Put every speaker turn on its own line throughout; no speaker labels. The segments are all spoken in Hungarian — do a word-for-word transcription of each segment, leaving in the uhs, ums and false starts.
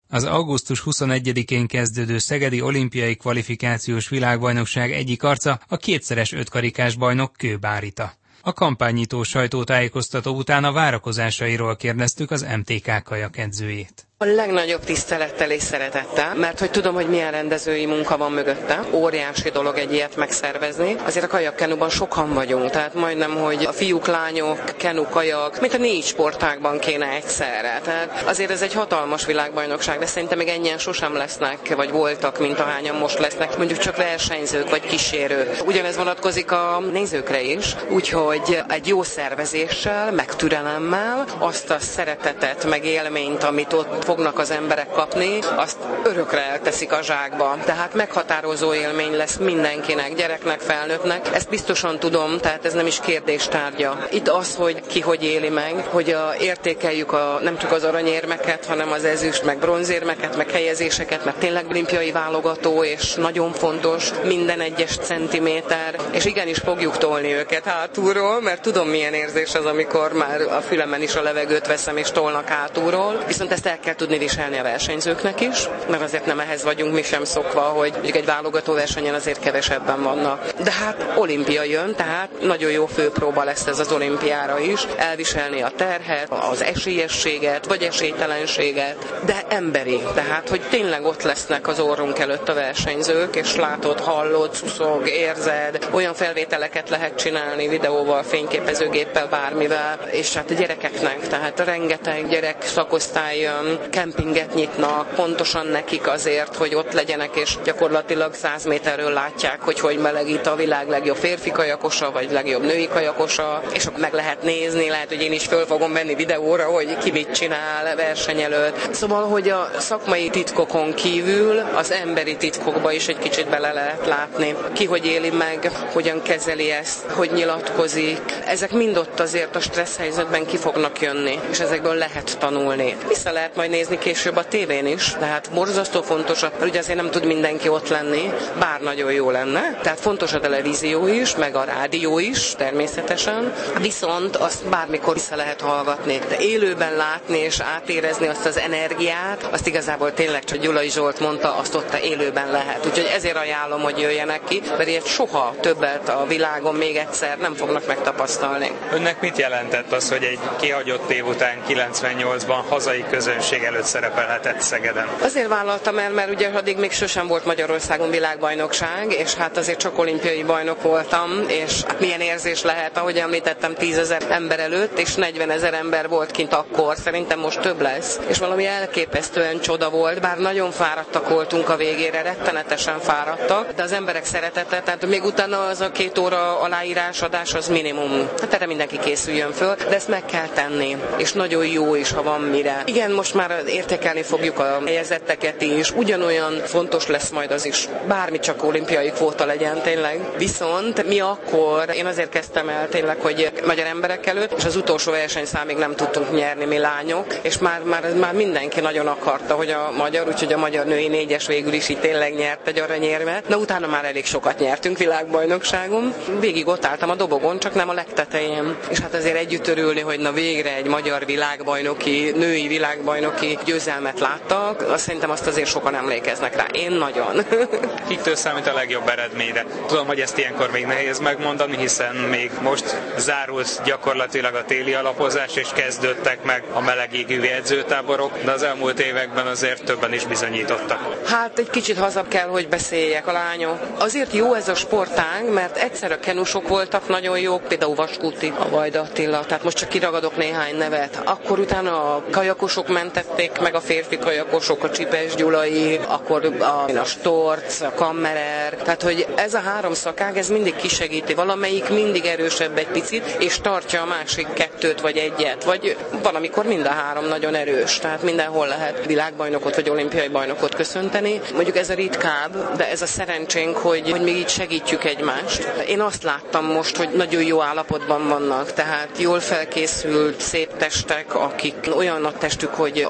Az augusztus huszonegyedikén kezdődő szegedi olimpiai kvalifikációs világbajnokság egyik arca a kétszeres ötkarikás bajnok Kőbár Rita. A kampánynyitó sajtótájékoztató után a várakozásairól kérdeztük az em té ká kajak edzőjét.
A legnagyobb tisztelettel és szeretettel, mert hogy tudom, hogy milyen rendezői munka van mögötte. Óriási dolog egy ilyet megszervezni. Azért a kajakkenuban sokan vagyunk, tehát majdnem, hogy a fiúk, lányok, kenu, kajak, mint a négy sportágban kéne egyszerre. Tehát azért ez egy hatalmas világbajnokság, de szerintem még ennyien sosem lesznek, vagy voltak, mint ahányan most lesznek, mondjuk csak versenyzők vagy kísérők. Ugyanez vonatkozik a nézőkre is, úgyhogy egy jó szervezéssel, meg türelemmel azt a szeretetet, meg élményt, amit ott fognak az emberek kapni, azt örökre elteszik a zsákba. Tehát meghatározó élmény lesz mindenkinek, gyereknek, felnőttnek. Ezt biztosan tudom, tehát ez nem is kérdéstárgya. Itt az, hogy ki hogy éli meg, hogy a, értékeljük a, nem csak az aranyérmeket, hanem az ezüst, meg bronzérmeket, meg helyezéseket, mert tényleg olimpiai válogató, és nagyon fontos minden egyes centiméter, és igenis fogjuk tolni őket hátulról, mert tudom, milyen érzés az, amikor már a fülemen is a levegőt veszem, és tolnak hátulról. Viszont ezt el kell tudni viselni a versenyzőknek is, mert azért nem ehhez vagyunk mi sem szokva, hogy mondjuk egy válogató versenyen azért kevesebben vannak. De hát olimpia jön, tehát nagyon jó főpróba lesz ez az olimpiára is, elviselni a terhet, az esélyességet, vagy esélytelenséget, de emberi, tehát hogy tényleg ott lesznek az orrunk előtt a versenyzők, és látod, hallod, szuszog, érzed, olyan felvételeket lehet csinálni videóval, fényképezőgéppel, bármivel, és hát a gyerekeknek, tehát rengeteg gyerek szakosztály jön, kempinget nyitnak, pontosan nekik azért, hogy ott legyenek, és gyakorlatilag száz méterről látják, hogy hogy melegít a világ legjobb férfi kajakosa, vagy legjobb női kajakosa, és akkor meg lehet nézni, lehet, hogy én is föl fogom venni videóra, hogy ki mit csinál verseny előtt. Szóval, hogy a szakmai titkokon kívül az emberi titkokba is egy kicsit bele lehet látni. Ki hogy éli meg, hogyan kezeli ezt, hogy nyilatkozik. Ezek mind ott azért a stressz helyzetben ki fognak jönni, és ezekből lehet tanulni. Vissza lehet majd nézni később a tévén is, de hát borzasztó fontos, mert ugye azért nem tud mindenki ott lenni, bár nagyon jó lenne. Tehát fontos a televízió is, meg a rádió is, természetesen. Viszont azt bármikor vissza lehet hallgatni. De élőben látni és átérezni azt az energiát, azt igazából tényleg csak Gyulai Zsolt mondta, azt ott élőben lehet. Úgyhogy ezért ajánlom, hogy jöjjenek ki, mert ilyet soha többet a világon még egyszer nem fognak megtapasztalni.
Önnek mit jelentett az, hogy egy kihagyott év után kilencvennyolcban hazai közönség előtt szerepelhetett Szegeden?
Azért vállaltam el, mert ugye addig még sosem volt Magyarországon világbajnokság, és hát azért csak olimpiai bajnok voltam, és hát milyen érzés lehet, ahogy említettem, tízezer ember előtt, és negyvenezer ember volt kint akkor, szerintem most több lesz. És valami elképesztően csoda volt, bár nagyon fáradtak voltunk a végére, rettenetesen fáradtak, de az emberek szeretete, tehát még utána az a két óra aláírásadás az minimum. Hát erre mindenki készüljön föl, de ezt meg kell tenni, és nagyon jó is, ha van mire. Igen, most már értékelni fogjuk a helyezetteket is, ugyanolyan fontos lesz majd az is, bármi csak olimpiai kvóta legyen tényleg. Viszont mi akkor, én azért kezdtem el tényleg, hogy magyar emberek előtt, és az utolsó versenyszámig nem tudtunk nyerni mi lányok, és már, már, már mindenki nagyon akarta, hogy a magyar, úgyhogy a magyar női négyes végül is így tényleg nyert egy aranyérmet. Na utána már elég sokat nyertünk világbajnokságon. Végig ott álltam a dobogon, csak nem a legtetején. És hát azért együtt örülni, hogy na végre egy magyar világbajnoki, női világbajnoki győzelmet láttak, azt szerintem azt azért sokan emlékeznek rá. Én nagyon.
Kiktől számít a legjobb eredményre? Tudom, hogy ezt ilyenkor még nehéz megmondani, hiszen még most zárult gyakorlatilag a téli alapozás, és kezdődtek meg a meleg égű edzőtáborok, de az elmúlt években azért többen is bizonyítottak.
Hát egy kicsit haza kell, hogy beszéljek a lányok. Azért jó ez a sportág, mert egyszer a kenusok voltak nagyon jók, például Vaskuti, a Vajda Attila, tehát most csak kiragadok néhány nevet. Akkor utána a kajakosok mentették meg, a férfi kajakosok, a Csipes Gyulai, akkor a, a Storc, a Kammerer, tehát hogy ez a három szakág, ez mindig kisegíti, valamelyik mindig erősebb egy picit, és tartja a másik kettőt vagy egyet, vagy van, amikor mind a három nagyon erős, tehát mindenhol lehet világbajnokot vagy olimpiai bajnokot köszönteni. Mondjuk ez a ritkább, de ez a szerencsénk, hogy, hogy még így segítjük egymást. Én azt láttam most, hogy nagyon jó állapotban vannak, tehát jól felkészült, szép testek, akik olyan a testük, hogy az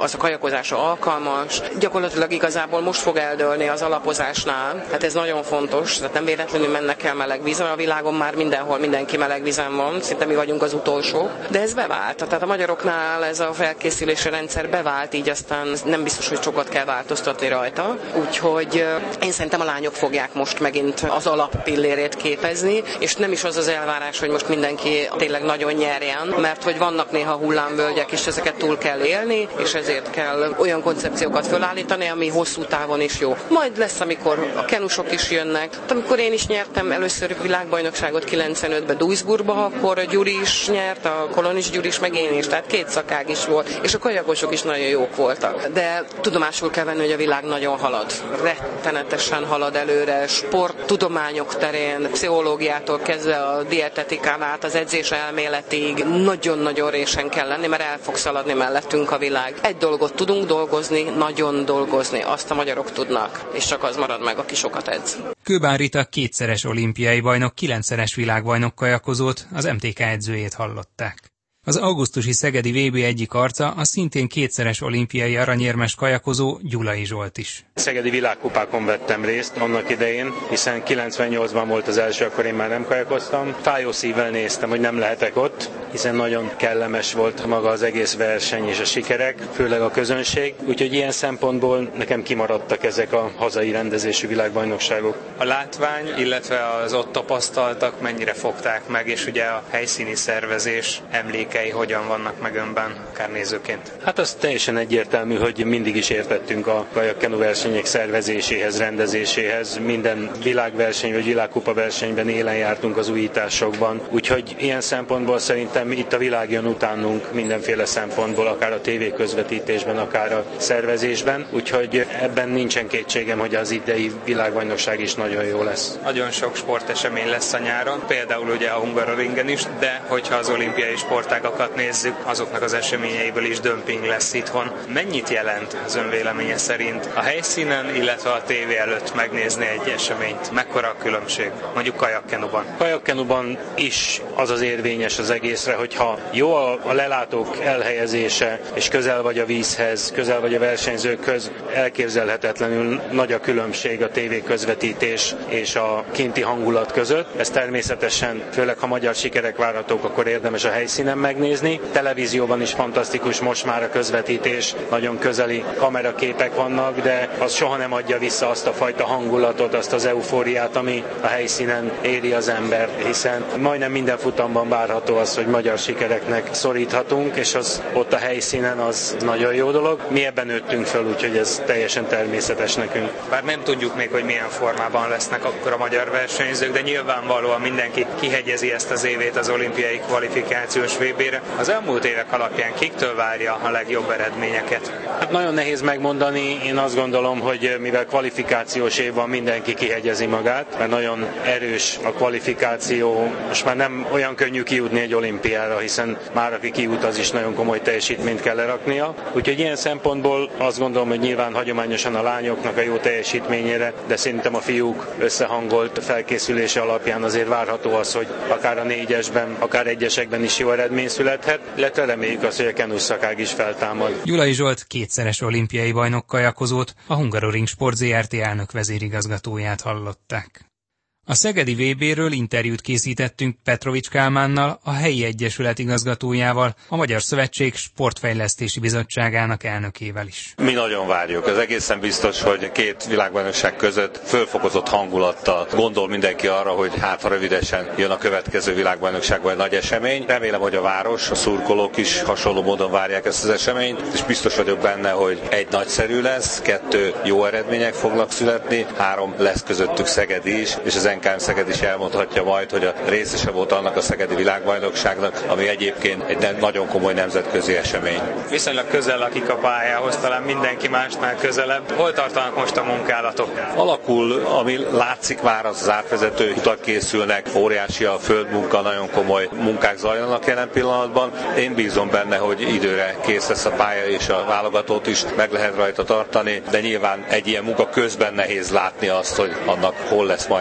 az a kajakozásra alkalmas. Gyakorlatilag igazából most fog eldőlni az alapozásnál, tehát ez nagyon fontos, tehát nem véletlenül mennek el meleg vízen, a világon már mindenhol mindenki meleg vízen van, szinte mi vagyunk az utolsók, de ez bevált, tehát a magyaroknál ez a felkészülési rendszer bevált, így aztán nem biztos, hogy sokat kell változtatni rajta, úgyhogy én szerintem a lányok fogják most megint az alappillérét képezni, és nem is az az elvárás, hogy most mindenki tényleg nagyon nyerjen, mert hogy vannak néha hullámvölgyek, és ezeket túl kell élni, és ezért kell olyan koncepciókat felállítani, ami hosszú távon is jó. Majd lesz, amikor a kenusok is jönnek. Amikor én is nyertem először világbajnokságot kilencvenötben Duisburgba, akkor Gyuri is nyert, a Kolonis Gyuri is, meg én is, tehát két szakág is volt, és a kajakosok is nagyon jók voltak. De tudomásul kell venni, hogy a világ nagyon halad. Rettenetesen halad előre, sport, tudományok terén, pszichológiától kezdve a dietetikán át, az edzés elméletig nagyon-nagyon résen kell lenni, mert el fog szaladni mellettünk a világ. Egy dolgot tudunk dolgozni, nagyon dolgozni, azt a magyarok tudnak, és csak az marad meg, aki sokat edz.
Kőbán Rita kétszeres olimpiai bajnok, kilencszeres világbajnok kajakozót, az em té ká edzőjét hallották. Az augusztusi szegedi vé bé egyik arca a szintén kétszeres olimpiai aranyérmes kajakozó Gyulai Zsolt is.
Szegedi világkupákon vettem részt annak idején, hiszen kilencvennyolcban volt az első, akkor én már nem kajakoztam. Fájó szívvel néztem, hogy nem lehetek ott, hiszen nagyon kellemes volt maga az egész verseny és a sikerek, főleg a közönség. Úgyhogy ilyen szempontból nekem kimaradtak ezek a hazai rendezésű világbajnokságok.
A látvány, illetve az ott tapasztaltak mennyire fogták meg, és ugye a helyszíni szervezés emléke hogyan vannak meg önben, akár nézőként?
Hát az teljesen egyértelmű, hogy mindig is értettünk a kajakkenu versenyek szervezéséhez, rendezéséhez. Minden világverseny vagy világkupa versenyben élen jártunk az újításokban. Úgyhogy ilyen szempontból szerintem itt a világ jön utánunk mindenféle szempontból, akár a tévé közvetítésben, akár a szervezésben. Úgyhogy ebben nincsen kétségem, hogy az idei világbajnokság is nagyon jó lesz.
Nagyon sok sportesemény lesz a nyáron, például ugye a Hungaroringen is, de hogyha az olimpiai sportágakat nézzük, azoknak az eseményeiből is dömping lesz itthon. Mennyit jelent az ön véleménye szerint a helyszínen, illetve a tévé előtt megnézni egy eseményt? Mekkora a különbség? Mondjuk kajakkenuban.
Kajakkenuban is az az érvényes az egészre, hogyha jó a, a lelátók elhelyezése, és közel vagy a vízhez, közel vagy a versenyzőkhöz, elképzelhetetlenül nagy a különbség a tévé közvetítés és a kinti hangulat között. Ez természetesen, főleg ha magyar sikerek várhatók, akkor érdemes a helyszínen megnézni. Televízióban is fantasztikus most már a közvetítés, nagyon közeli kameraképek vannak, de az soha nem adja vissza azt a fajta hangulatot, azt az eufóriát, ami a helyszínen éri az ember, hiszen majdnem minden futamban várható az, hogy magyar sikereknek szoríthatunk, és az ott a helyszínen az nagyon jó dolog. Mi ebben nőttünk föl, úgyhogy ez teljesen természetes nekünk.
Bár nem tudjuk még, hogy milyen formában lesznek akkor a magyar versenyzők, de nyilvánvalóan mindenki kihegyezi ezt az évét az olimpiai kvalifikációs vé bére. Az elmúlt évek alapján kiktől várja a legjobb eredményeket?
Hát nagyon nehéz megmondani, én azt gondolom, hogy mivel kvalifikációs év van, mindenki kihegyezi magát, mert nagyon erős a kvalifikáció, most már nem olyan könnyű kijutni egy olimpiára, hiszen már aki kijut, az is nagyon komoly teljesítményt kell leraknia. Úgyhogy ilyen szempontból azt gondolom, hogy nyilván hagyományosan a lányoknak a jó teljesítményére, de szerintem a fiúk összehangolt felkészülése alapján azért várható az, hogy akár a négyesben, akár egyesekben is jó eredmény születhet, illetve reméljük azt, hogy a kenusszakág is feltámad.
Gyulai Zsolt kétszeres olimpiai bajnok kajakozót, a Hungaroring Sport zé er té elnök vezérigazgatóját hallották. A szegedi vé béről interjút készítettünk Petrovics Kálmánnal, a helyi egyesület igazgatójával, a Magyar Szövetség Sportfejlesztési Bizottságának elnökével is.
Mi nagyon várjuk. Az egészen biztos, hogy két világbajnokság között fölfokozott hangulattal gondol mindenki arra, hogy hát ha rövidesen jön a következő világbajnokság vagy nagy esemény. Remélem, hogy a város, a szurkolók is hasonló módon várják ezt az eseményt, és biztos vagyok benne, hogy egy nagyszerű lesz, kettő jó eredmények fognak születni, három lesz közöttük Szegedi is, és az en ká em Szeged is elmondhatja majd, hogy a részese volt annak a szegedi világbajnokságnak, ami egyébként egy nagyon komoly nemzetközi esemény.
Viszonylag közel lakik a pályához, talán mindenki másnál közelebb. Hol tartanak most a munkálatok?
Alakul, ami látszik már, az, az átvezető utak készülnek, óriási a földmunka, nagyon komoly munkák zajlanak jelen pillanatban. Én bízom benne, hogy időre kész lesz a pálya és a válogatót is meg lehet rajta tartani, de nyilván egy ilyen munka közben nehéz látni azt, hogy annak hol lesz majd, vagy mikor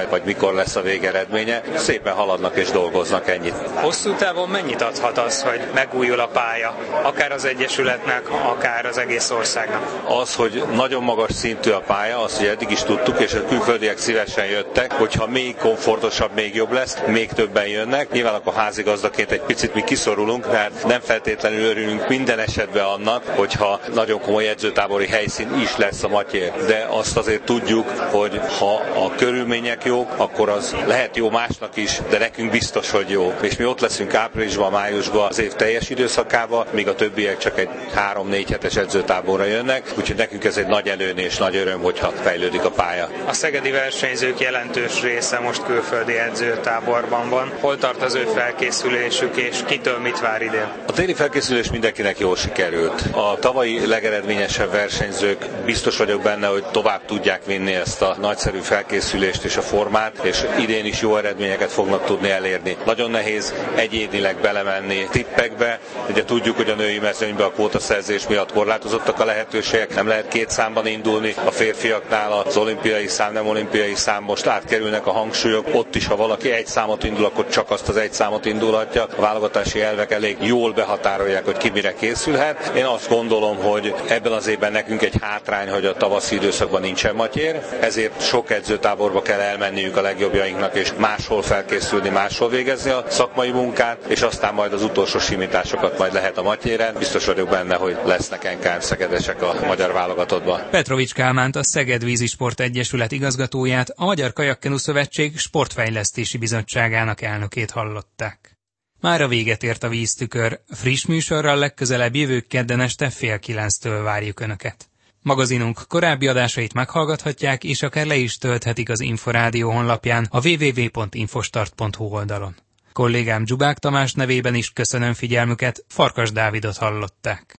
mikor lesz a végeredménye. Szépen haladnak és dolgoznak, ennyit.
Hosszú távon mennyit adhat az, hogy megújul a pálya, akár az Egyesületnek, akár az egész országnak?
Az, hogy nagyon magas szintű a pálya, az, hogy eddig is tudtuk, és a külföldiek szívesen jöttek, hogyha még komfortosabb, még jobb lesz, még többen jönnek. Nyilván akkor házigazdaként egy picit mi kiszorulunk, tehát nem feltétlenül örülünk minden esetben annak, hogyha nagyon komoly edzőtábori helyszín is lesz a Matyér. De azt azért tudjuk, hogy ha a körülmények jók, akkor az lehet jó másnak is, de nekünk biztos, hogy jó. És mi ott leszünk áprilisban, májusban az év teljes időszakában, míg a többiek csak egy három-négy hetes edzőtáborra jönnek, úgyhogy nekünk ez egy nagy előny és nagy öröm, hogyha fejlődik a pálya.
A szegedi versenyzők jelentős része most külföldi edzőtáborban van. Hol tart az ő felkészülésük, és kitől mit vár idén?
A téli felkészülés mindenkinek jól sikerült. A tavalyi legeredményesebb versenyzők biztos vagyok benne, hogy tovább tudják vinni ezt a nagyszerű felkészülést és a formát, és idén is jó eredményeket fognak tudni elérni. Nagyon nehéz egyénileg belemenni tippekbe, ugye tudjuk, hogy a női mezőnyben a kvótaszerzés miatt korlátozottak a lehetőségek, nem lehet két számban indulni, a férfiaknál az olimpiai szám, nem olimpiai szám, most átkerülnek a hangsúlyok, ott is, ha valaki egy számot indul, akkor csak azt az egy számot indulhatja. A válogatási elvek elég jól behatárolják, hogy ki mire készülhet. Én azt gondolom, hogy ebben az évben nekünk egy hátrány, hogy a tavaszi időszakban nincsen Matyér, ezért sok edzőtáborba kell elmenniük a legjobbjainknak, és máshol felkészülni, máshol végezni a szakmai munkát, és aztán majd az utolsó simításokat majd lehet a Matyéren. Biztos vagyok benne, hogy lesznek en ká em szegedesek a magyar válogatottban.
Petrovics Kálmánt, a Szeged Vízisport Egyesület igazgatóját, a Magyar Kajakkenu Szövetség Sportfejlesztési Bizottságának elnökét hallották. Mára véget ért a Víztükör. Friss műsorral legközelebb jövő kedden este fél kilenctől várjuk Önöket. Magazinunk korábbi adásait meghallgathatják, és akár le is tölthetik az Inforádió honlapján a double-u double-u double-u pont infostart pont hu oldalon. Kollégám Dzsubák Tamás nevében is köszönöm figyelmüket, Farkas Dávidot hallották.